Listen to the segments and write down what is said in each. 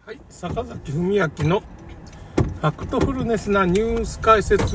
はい、坂崎文明のファクトフルネスなニュース解説。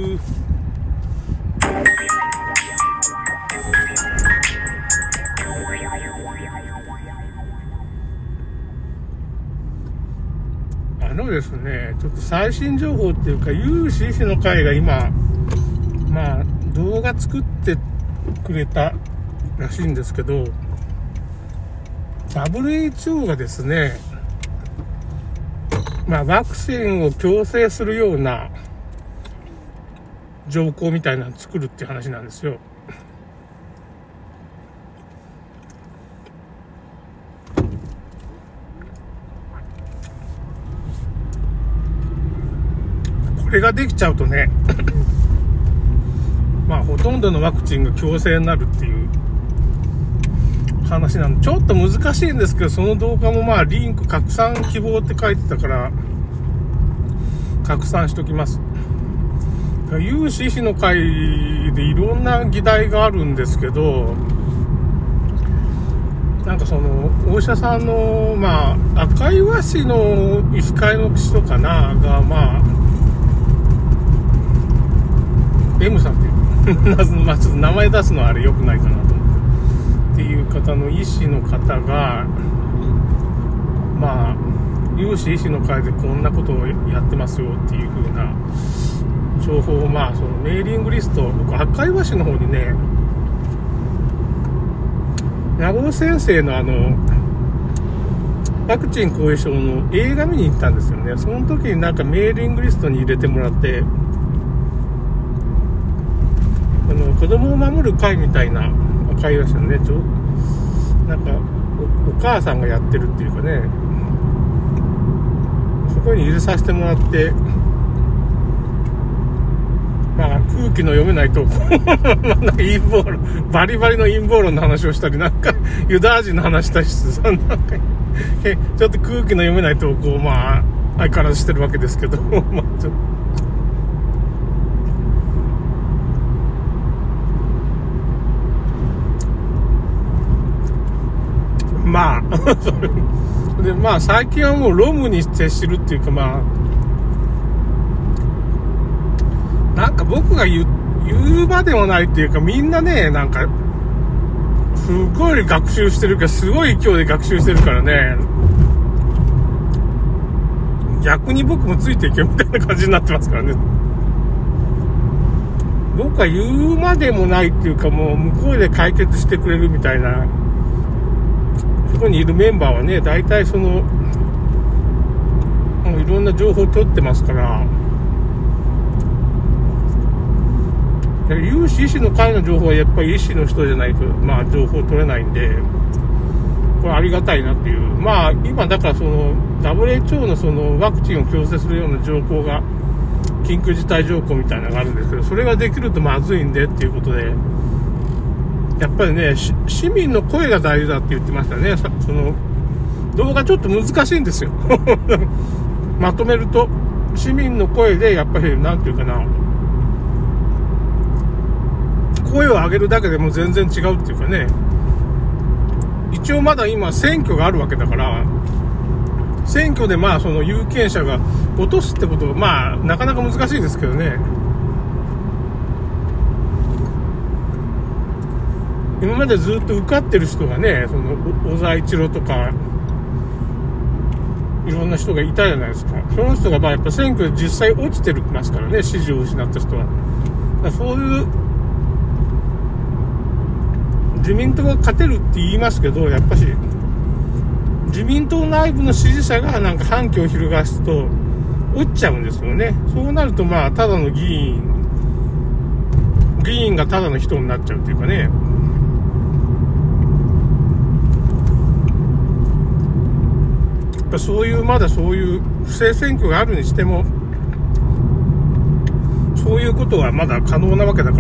ですね、ちょっと最新情報っていうか、有志医師の会が今、動画作ってくれたらしいんですけど、WHO がですね、ワクチンを強制するような条項みたいなのを作るっていう話なんですよ。これができちゃうとねほとんどのワクチンが強制になるっていう話なんで、ちょっと難しいんですけど、その動画もリンク拡散希望って書いてたから拡散しときます。有志医師の会でいろんな議題があるんですけど、そのお医者さんの赤岩市の医師会の人かながM さんっていうちょっと名前出すのはあれ良くないかなと思ってっていう方の医師の方が有志医師の会でこんなことをやってますよっていう風な情報をそのメーリングリスト、僕赤岩市の方にね、名護先生のワクチン後遺症の映画見に行ったんですよね。その時にメーリングリストに入れてもらって、子供を守る会みたいな赤岩市のね、お母さんがやってるっていうかね、そこに入れさせてもらって、空気の読めないと陰謀論、バリバリの陰謀論の話をしたり、ユダヤ人の話したりして、ちょっと空気の読めないと相変わらずしてるわけですけど、で最近はもうロムに接するっていうか僕が言うまでもないっていうか、みんなねすごい学習してるから、すごい勢いで学習してるからね、逆に僕もついていけみたいな感じになってますからね。僕は言うまでもないっていうか、もう向こうで解決してくれるみたいな、そこにいるメンバーはね、大体もういろんな情報を取ってますから、有志医師の会の情報はやっぱり医師の人じゃないと情報取れないんで、これありがたいなっていう。今だからWHO のワクチンを強制するような条項が緊急事態条項みたいなのがあるんですけど、それができるとまずいんでっていうことで、やっぱりね、市民の声が大事だって言ってましたね。その動画ちょっと難しいんですよまとめると市民の声でやっぱり声を上げるだけでも全然違うっていうかね、一応まだ今選挙があるわけだから、選挙でその有権者が落とすってことはなかなか難しいですけどね。今までずっと受かってる人がね、小沢一郎とかいろんな人がいたじゃないですか。その人がやっぱ選挙で実際落ちてますからね、支持を失った人は。そういう自民党が勝てるって言いますけど、やっぱし自民党内部の支持者が反旗を翻すと落ちちゃうんですよね。そうなるとただの議員がただの人になっちゃうっていうかね。そういう不正選挙があるにしても、そういうことはまだ可能なわけだから、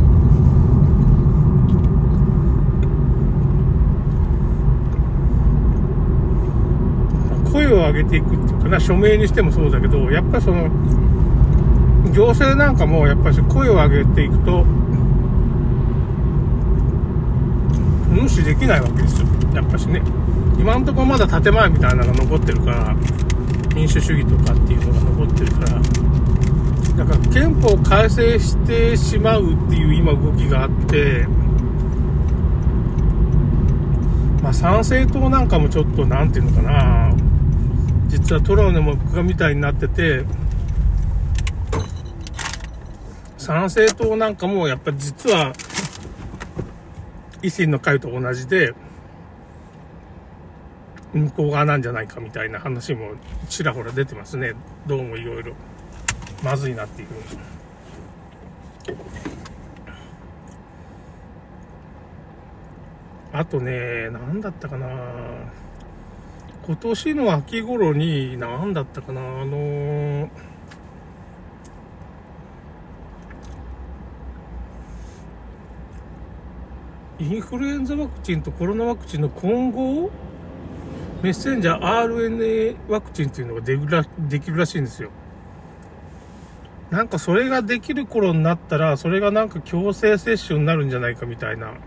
声を上げていくっていうかな、署名にしてもそうだけど、やっぱり行政なんかもやっぱり声を上げていくと無視できないわけですよ。やっぱしね、 今のところまだ建前みたいなのが残ってるから、民主主義とかっていうのが残ってるから、だから憲法を改正してしまうっていう今動きがあって、まあ参政党なんかもちょっとなんていうのかな、実はトロの木馬みたいになってて、参政党なんかもやっぱり実は維新の会と同じで向こう側なんじゃないかみたいな話もちらほら出てますね。どうもいろいろまずいなっていうふうに。あとね、なんだったかな、今年の秋頃になんだったかな、インフルエンザワクチンとコロナワクチンの混合メッセンジャー RNA ワクチンっていうのができるらしいんですよ。なんかそれができる頃になったら、それがなんか強制接種になるんじゃないかみたいな。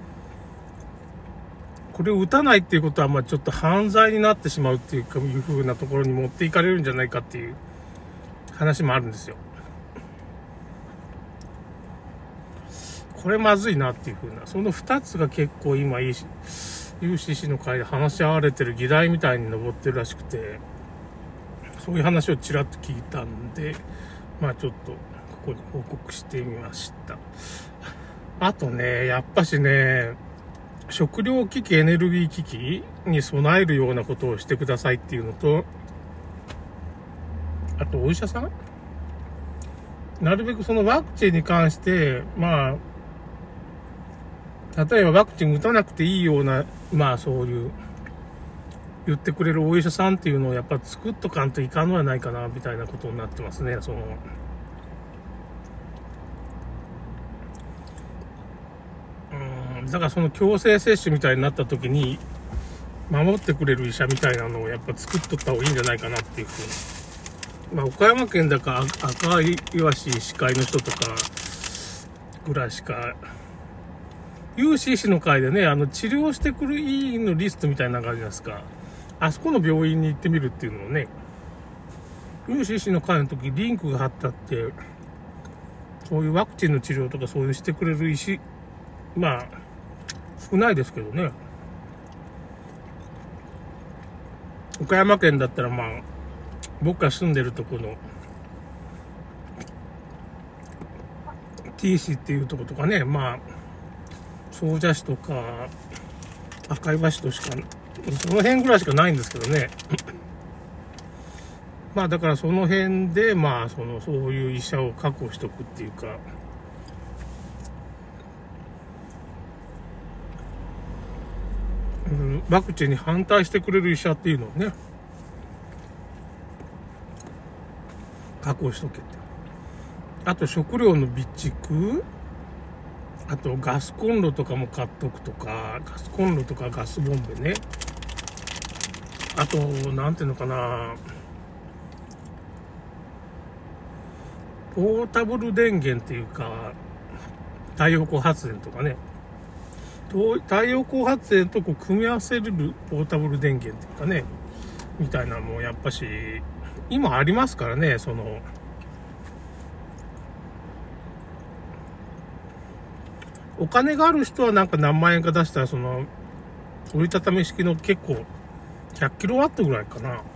これを打たないっていうことは、まあちょっと犯罪になってしまうっていうか、いう風なところに持っていかれるんじゃないかっていう話もあるんですよ。これまずいなっていう風な。その二つが結構今UCC の会で話し合われてる議題みたいに上ってるらしくて、そういう話をちらっと聞いたんで、まあちょっとここに報告してみました。あとね、やっぱしね、食料危機、エネルギー危機に備えるようなことをしてくださいっていうのと、あとお医者さん、なるべくそのワクチンに関して、まあ例えばワクチン打たなくていいような、まあそういう言ってくれるお医者さんっていうのをやっぱ作っとかんといかんのはないかなみたいなことになってますね。だからその強制接種みたいになった時に守ってくれる医者みたいなのをやっぱ作っとった方がいいんじゃないかなっていうふうに。まあ岡山県だか赤い岩市医師会の人とかぐらいしか、UCC の会でね、治療してくる医院のリストみたいなのがあるじゃないですか。あそこの病院に行ってみるっていうのをね、UCC の会の時リンクが貼ってあって、そういうワクチンの治療とかそういうしてくれる医師、まあ、少ないですけどね。岡山県だったらまあ、僕が住んでるとこの T 市っていうとことかね、まあ、総社市とか赤岩市としか、その辺ぐらいしかないんですけどね。まあだからその辺でまあそういう医者を確保しとくっていうか、ワクチンに反対してくれる医者っていうのをね、確保しとけって。あと食料の備蓄、あとガスコンロとかも買っとくとか、ガスコンロとかガスボンベね。あと、なんていうのかな、ポータブル電源っていうか、太陽光発電とかね。太陽光発電とこう組み合わせるポータブル電源っていうかね、みたいなのもやっぱし、今ありますからね、お金がある人はなんか何万円か出したら折りたたみ式の結構100キロワットぐらいかな。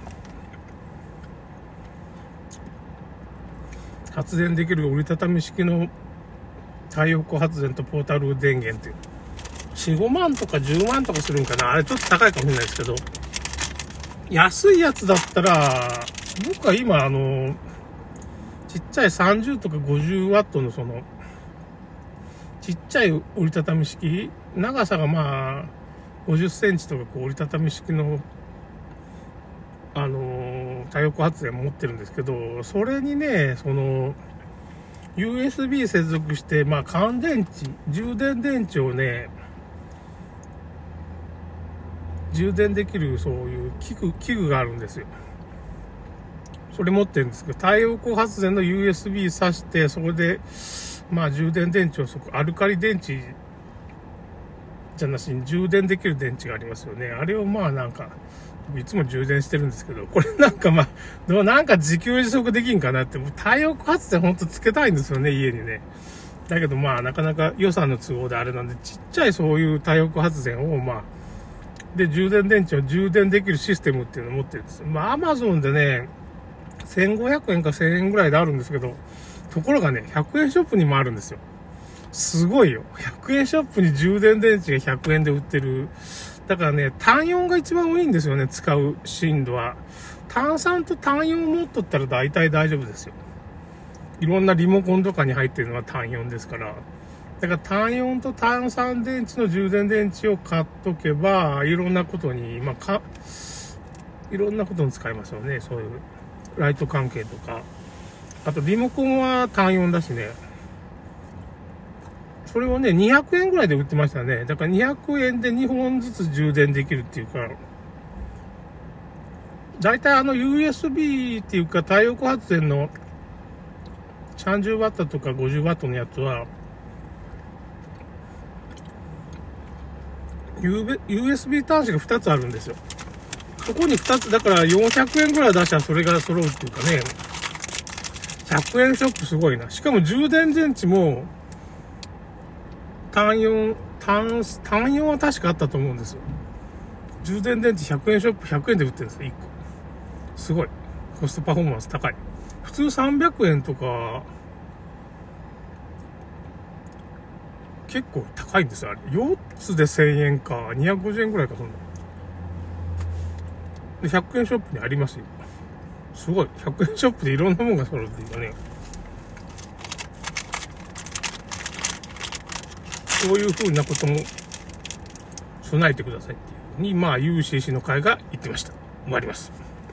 発電できる折りたたみ式の太陽光発電とポータブル電源って4、5万とか10万とかするんかな。あれちょっと高いかもしれないですけど、安いやつだったら、僕は今ちっちゃい30とか50ワットのちっちゃい折りたたみ式、長さがまあ50センチとか折りたたみ式の太陽光発電持ってるんですけど、それにね、USB 接続して、まあ乾電池、充電電池をね、充電できるそういう器具があるんですよ。それ持ってるんですけど、太陽光発電の USB 挿して、そこで、まあ充電電池をアルカリ電池ちゃなしに充電できる電池がありますよね。あれをまあなんか、いつも充電してるんですけど、これなんかまあ、でもなんか自給自足できんかなって、もう太陽光発電ほんとつけたいんですよね、家にね。だけどまあなかなか予算の都合であれなんで、ちっちゃいそういう太陽光発電をまあ、で、充電電池を充電できるシステムっていうのを持ってるんですよ。まあ、アマゾンでね、1500円か1000円ぐらいであるんですけど、ところがね、100円ショップにもあるんですよ。すごいよ。100円ショップに充電電池が100円で売ってる。だからね、単4が一番多いんですよね、使う頻度は。単3と単4持っとったら大体大丈夫ですよ。いろんなリモコンとかに入ってるのは単4ですから。だから単4と単3電池の充電電池を買っとけば、いろんなことに、いろんなことに使えますよね。そういう、ライト関係とか。あと、リモコンは単4だしね。それをね、200円ぐらいで売ってましたね。だから200円で2本ずつ充電できるっていうか、だいたいUSB っていうか太陽光発電の30ワットとか50ワットのやつは、USB 端子が2つあるんですよ。そこに2つ、だから400円ぐらい出したらそれが揃うっていうかね、100円ショップすごいな。しかも充電電池も、単4は確かあったと思うんですよ。充電電池100円ショップ100円で売ってるんですよ、1個。すごい。コストパフォーマンス高い。普通300円とか、結構高いんですよ、あれ。4つで1000円か、250円ぐらいか、そんな。で、100円ショップにありますよ。すごい。100円ショップでいろんなものが揃うっていうかね。そういう風なことも備えてくださいっていうに、まあ、UCC の会が言ってました。終わります。